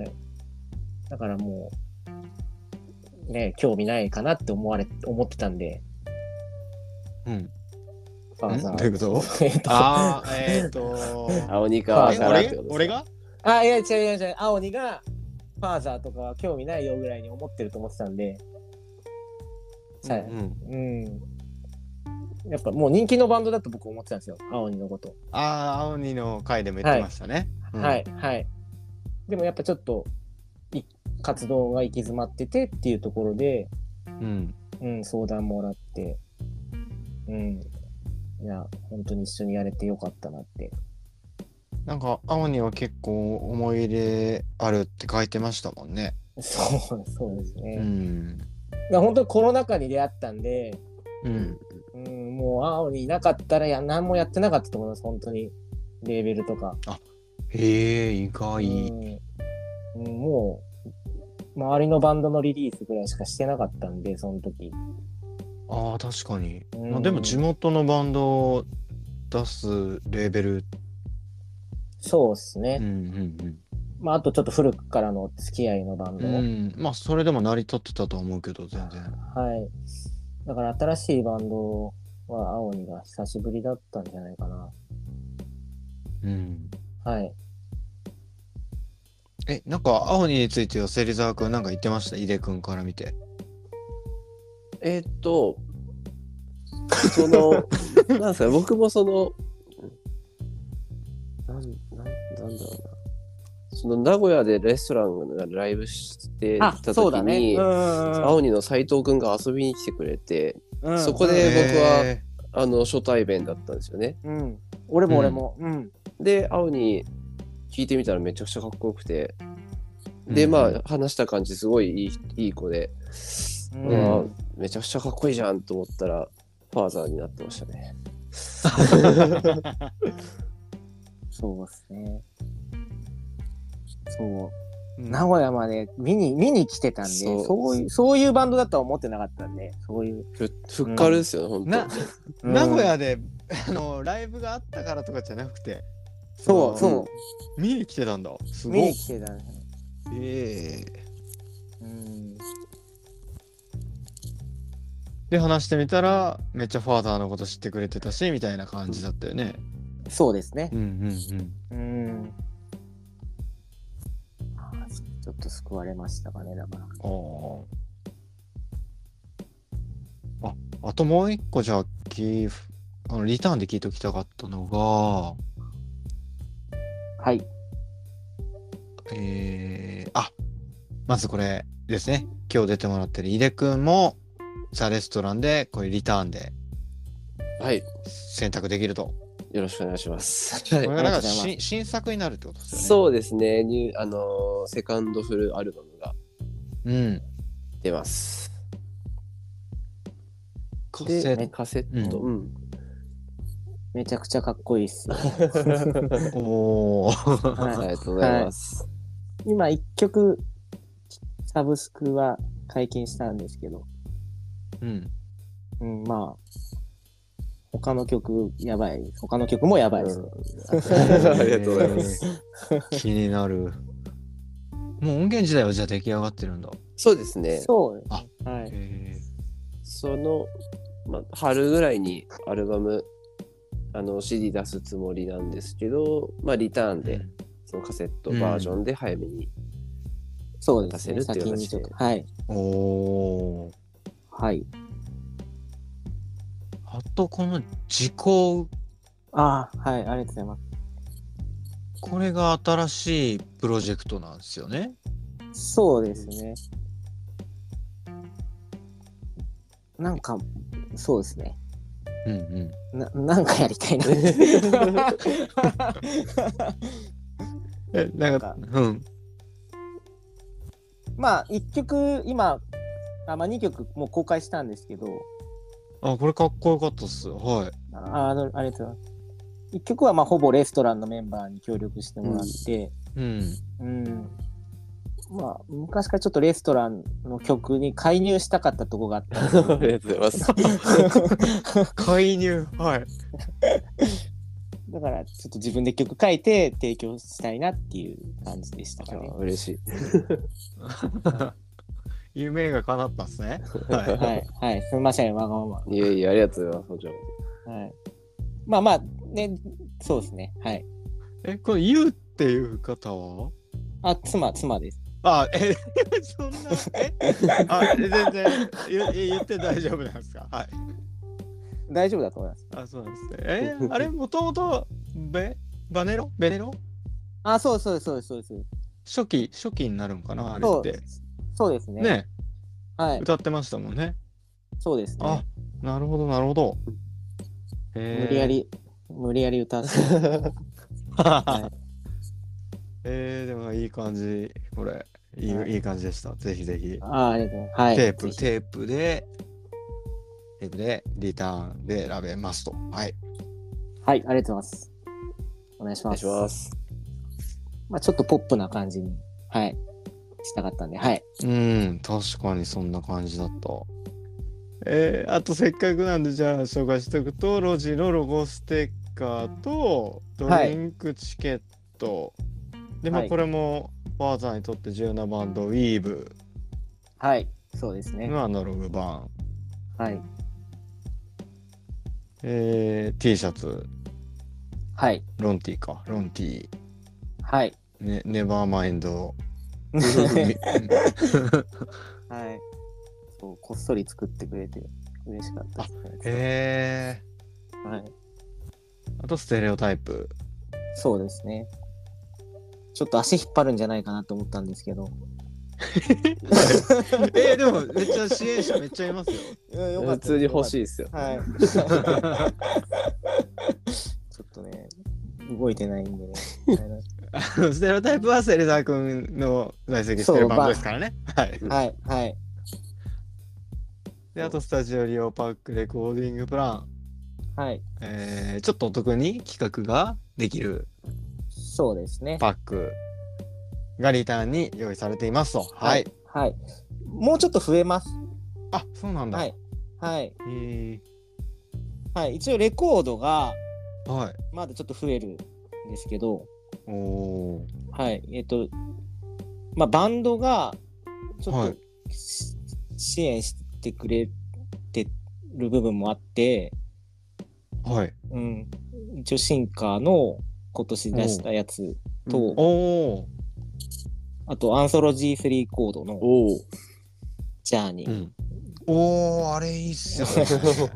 だからもう、ね、興味ないかなって思われ、思ってたんで。 うん。 ファーザー。 どういうことああ、えっと、 青にか俺俺があ、いや、違う違う違う。青にが、ファーザーとかは興味ないよぐらいに思ってると思ってたんで。うん、うん。やっぱもう人気のバンドだと僕思ってたんですよ。青にのこと。 ああ、青にの回でも言ってましたね。 はい、うん、はい、はい。でもやっぱちょっと、活動が行き詰まっててっていうところで、うん、うん、相談もらって、うん。いや、本当に一緒にやれてよかったなって。 なんか、青には結構思い入れあるって書いてましたもんね。 そう、そうですね。 うん。 本当にコロナ禍に出会ったんで、 うん。 うん、もう青にいなかったらや何もやってなかったと思います、本当に。レーベルとか。 あ、へえ、意外。 うん、もう、周りのバンドのリリースぐらいしかしてなかったんで、その時。 ああ、確かに。まあ、でも地元のバンドを出すレーベル。 そうっすね。 うんうんうん。 まあ、あとちょっと古くからの付き合いのバンド。 うん。まあ、それでも成り立ってたと思うけど、全然。 はい。だから新しいバンドは青にが久しぶりだったんじゃないかな。 うん。 はい。 え、なんか青にについては芹沢君なんか言ってました？井出君から見て。 えー、っと、その、なんですか、僕もその、なん、なん、なんだろうな。その名古屋でレストランがライブしてた時に、ね、青にの斉藤くんが遊びに来てくれて、うん、そこで僕はあの初対面だったんですよね。 うん、俺も俺も、うん。 で、青に聞いてみたらめちゃくちゃかっこよくて、で、まあ話した感じすごいいい、いい子で、うん、めちゃくちゃかっこいいじゃんと思ったらファーザーになってましたね。 そうですね。そう。名古屋まで見に見に来てたんで、そう、そういうそういうバンドだとは思ってなかったんで、そういうふふっかるですよ、うん、本当。名古屋であのライブがあったからとかじゃなくて、 そうそう、 うん、見に来てたんだ。すごい。 見に来てたね。 ええー。うん。で話してみたらめっちゃファーザーのこと知ってくれてたしみたいな感じだったよね。 うん、そうですね。 うんうんうん。うん。 ちょっと救われましたかね、だから。 ああ、あともう一個じゃあキーあのリターンで聞いておきたかったのが、 はい。 えー、あまずこれですね。今日出てもらってる井出くんもザ・レストランでこういうリターンではい選択できると。 よろしくお願いします。 これがなんか新新作になるってことですよね。 そうですね。ニューあのー、セカンドフルアルバムが出ます。 うん、カセット、 カセット、うんうん、 めちゃくちゃかっこいいっす。 おお、はい、ありがとうございます。はい、 今一曲サブスクは解禁したんですけど、 うん、 うん、まあ。他の曲やばい。他の曲もやばいです。うん、 ありがとうございます。 気になる。もう音源自体はじゃあ出来上がってるんだ。 そうですね。 そう。 あ、 はい。 その、ま、春ぐらいにアルバムあの シーディー 出すつもりなんですけど、まあリターンで、うん、そのカセットバージョンで早めに出せるっていう形で。 うん、はい。 おお。 はい。 あとこの時効、 ああ、はい、ありがとうございます。 これが新しいプロジェクトなんですよね。 そうですね。なんかそうですね。 うんうん。 ななんかやりたいな。 え、なんか、うん。 まあいっきょく今あまあにきょくもう公開したんですけど。 あ、これかっこよかったっす。はい。 あ、あの、ありがとうございます。いっきょくはまあほぼレストランのメンバーに協力してもらって、 うん。 うん。まあ昔からちょっとレストランの曲に介入したかったとこがあったんですけど。 ありがとうございます。 介入、はい。 だからちょっと自分で曲書いて提供したいなっていう感じでしたかね。 嬉しい。 夢が叶ったんですね。 はい、はい、はい、すみません、わがまま。 いえいえ、ありがとうございます。 はい。まあまあ、ね、そうですね。はい。 え、このゆうっていう方はあ、妻、妻です。 あ、え、そんな、えあ、全然言、言って大丈夫なんですか？はい。 大丈夫だと思います。 あ、そうなんですね。え、あれ、もともと、ベ、バネロベネロあ、そうそうそうそうそう。 初期、初期になるんかなあれって。 そうですね。 ね。 はい。 歌ってましたもんね。 そうですね。 あ、なるほど、なるほど。 無理やり、無理やり歌わせて。はい、 えー、でもいい感じ、これ。いい、はい、いい感じでした。ぜひぜひ。 あ、ありがとうございます。はい。 テープ、テープで、テープで、リターンで選べますと。はい。 はい、ありがとうございます。お願いします。 お願いします。 まあちょっとポップな感じに、はい、したかったんで、はい。 うん、確かにそんな感じだった。えー、あとせっかくなんでじゃあ紹介しておくと、ロジのロゴステッカーとドリンクチケット、はい、でもこれもファーザーにとって重要なバンド、ウィーブ、 はい、そうですね。 のアナログ版、 はい、 えー、T シャツ、 はい、 ロンティーか、ロンティー、 はい、 ね、ネバーマインド、 はい。そうこっそり作ってくれて嬉しかったですね。 へえー。 はい。 あとステレオタイプ。そうですね。ちょっと足引っ張るんじゃないかなと思ったんですけど。 えー、でもめっちゃ支援者めっちゃいますよ。 いやよかった普通に欲しいですよ。 はい。ちょっとね動いてないんでね。 ステレオタイプはセレザー君の在籍してるバンドですからね。はい。 はいはい。 で、あとスタジオリオパックレコーディングプラン。 はい。 えー、ちょっとお得に企画ができるそうですね。 パックがリターンに用意されていますと。はい。 はい。はい、もうちょっと増えます。 あ、そうなんだ。 はい。はい。 へー。 はい。一応レコードが、 はい。 まだちょっと増えるんですけど、 おー。 はい。えっと、まあ、バンドが、ちょっと、はい、支援してくれてる部分もあって、 はい。 うん。一応、シンカーの今年出したやつと、 おあと、アンソロジースリーコードのジャーニー。うん、 おー、あれいいっすよね。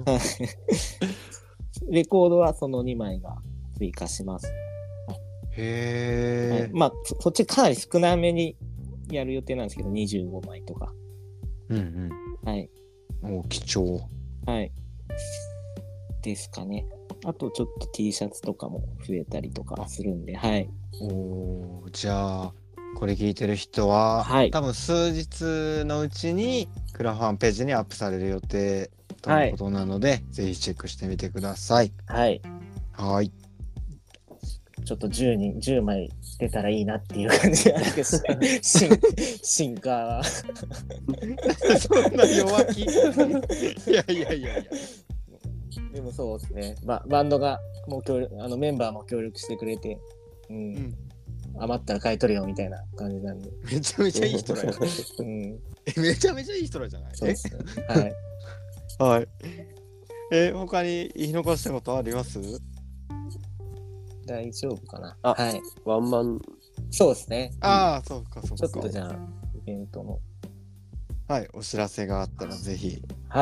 レコードはそのにまいが追加します。 へー。 はい、まあ、そっちかなり少なめにやる予定なんですけど、にじゅうごまいとか。 うんうん。 はい。 お貴重。 はい。ですかね。あとちょっと T シャツとかも増えたりとかするんで、はい。 おー、じゃあ、これ聞いてる人は、はい、多分数日のうちにクラファンページにアップされる予定とのことなので、はい、ぜひチェックしてみてください。 はい。 はい。 ちょっとじゅうにん、じゅうまい出たらいいなっていう感じなんですけど、進化は。 そんな弱気いやいやいやいや。 でもそうですね。バ, バンドがもう協力、あのメンバーも協力してくれて、うん。うん、余ったら買い取るよみたいな感じなんで。 めちゃめちゃいい人らや、うん、めちゃめちゃいい人らじゃない。 そうですね。はい。 はい。え、他に言い残したことあります？ 大丈夫かな。 あ、はい。ワンマン。 そうですね。 ああ、そうかそうか。 ちょっとじゃあイベントのはい、お知らせがあったらぜひ。 はい。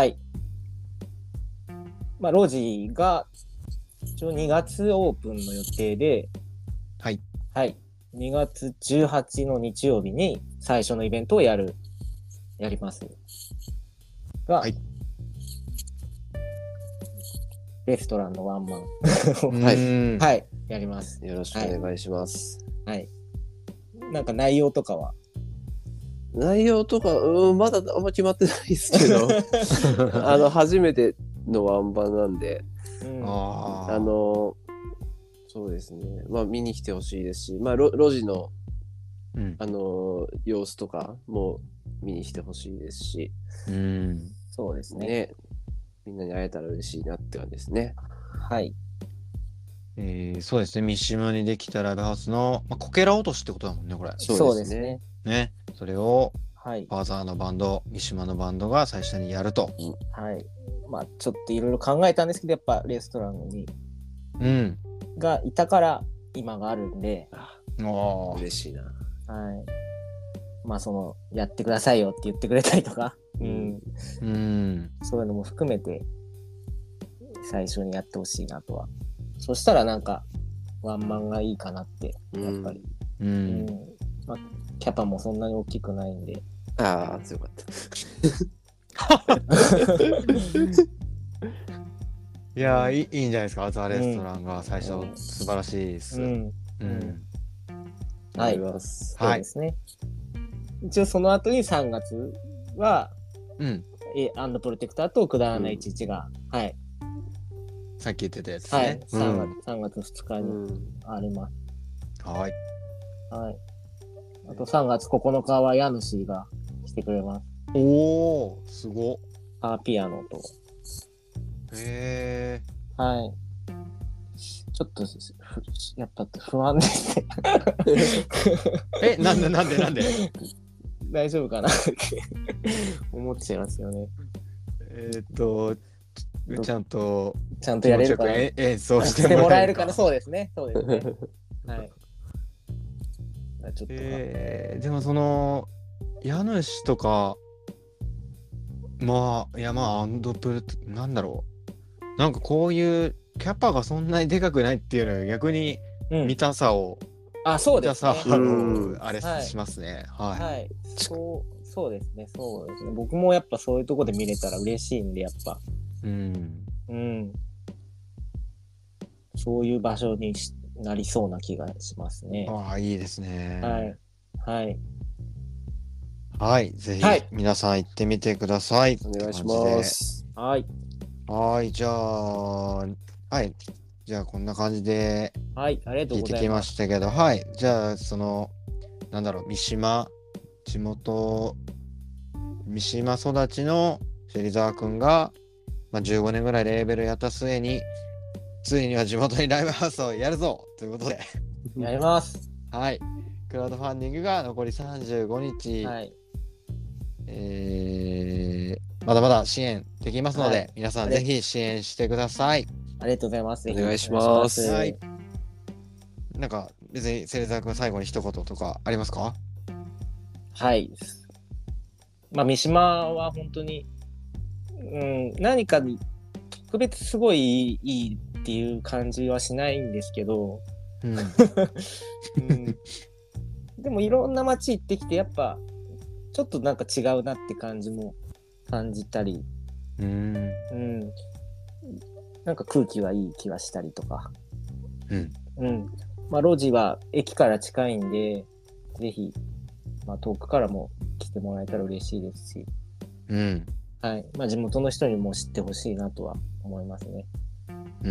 まあロジが一応にがつオープンの予定で、 はい。 はい。にがつじゅうはちの日曜日に最初のイベントをやるやりますが、はい。レストランのワンマンはいはいやります。 よろしくお願いします。 はい。はい、なんか内容とかは内容とかうんまだあんま決まってないですけどあの初めてのワンマンなんで、うん、ああのそうですねまあ見に来てほしいですし、まあロ路地の、うん、あの様子とかも見に来てほしいですし、 うん、そうですね。ねみんなに会えたら嬉しいなって感じですね。 はい。 えー、そうですね。三島にできたライブハウスの、まあ、こけら落としってことだもんね、これ。 そうですね。 ね。それを、 はい、 ファーザーのバンド、三島のバンドが最初にやると。 うん、はい。まあ、ちょっといろいろ考えたんですけど、やっぱレストランに、うん、がいたから今があるんで、 あ嬉しいな。 はい。まあ、その、やってくださいよって言ってくれたりとか。うん、うん、そういうのも含めて最初にやってほしいなとは。そしたらなんかワンマンがいいかなってやっぱり、うんうん、まあ、キャパもそんなに大きくないんで。 ああ強かったいやい い, いいんじゃないですか。ザ・レストランが最初、うん、素晴らしいです、うんうん、 はい、そうですね、はい、一応その後にさんがつはうん、えアンドプロテクターとくだらないいちいちが、うん、はい。 さっき言ってたやつですね。はい、 さんがつ、うん、さんがつふつかにあります。 うん、はい。 はい。あとさんがつここのかは家主が来てくれます。 おー、すごっ。 あピアノと。 へー。はい。ちょっとやっぱ不安ですね。 え、なんでなんでなんで大丈夫かなって思っちゃいますよね。 えー、っとちゃんとちゃんとやれるかな演奏してもらえるかな。そうですね。そうですね。はい。ちょっと、 えー、でもその家主とかまあいやまあアンドプルなんだろうなんかこういうキャパがそんなにでかくないっていうのは逆に見たさを、うんあ、そうですね。 あれしますね。はい。 はい。そう、そうですね。そうですね。僕もやっぱそういうとこで見れたら嬉しいんで、やっぱ。うん。うん。そういう場所になりそうな気がしますね。 ああ、いいですね。 はい。はい。 はい。ぜひ、皆さん行ってみてください。 お願いします。 はい。 はい、じゃあ、はい。じゃあ、こんな感じではい、ありがとう聞いてきございま。 ますしたけど、はい。じゃあ、その、なんだろう、三島、地元、三島育ちの芹沢くんが、まあ、じゅうごねんぐらいレーベルやった末に、ついには地元にライブハウスをやるぞということで、 やります。 はい。クラウドファンディングが残りさんじゅうごにち、 はい。 えーまだまだ支援できますので、 はい皆さんぜひ支援してください。 ありがとうございます。ぜひお願いしますお願はい。なんか別に芹沢くん最後に一言とかありますか？ はい。まあ、三島は本当に、うん、何かに特別すごいいいっていう感じはしないんですけど、 うん。 うん、でもいろんな街行ってきてやっぱちょっとなんか違うなって感じも感じたり、 うん。 うん、なんか空気がいい気がしたりとか、 うん。 うん、まあ路地は駅から近いんで、ぜひ、まあ、遠くからも来てもらえたら嬉しいですし、 うん。 はい、まあ地元の人にも知ってほしいなとは思いますね。 うん。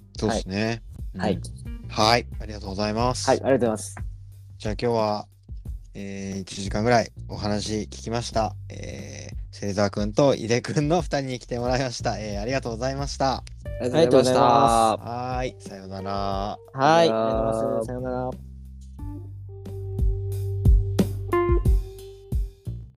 そうですね。 はい、 うんはい。ありがとうございます。 はい、ありがとうございます。 じゃあ今日は、えー、いちじかんぐらいお話聞きました。えー、芹沢くんと井出くんのふたりに来てもらいました。えー、ありがとうございました。 ありがとうございました。 はーい。さようなら。 はい、ありがとうございます。さようなら。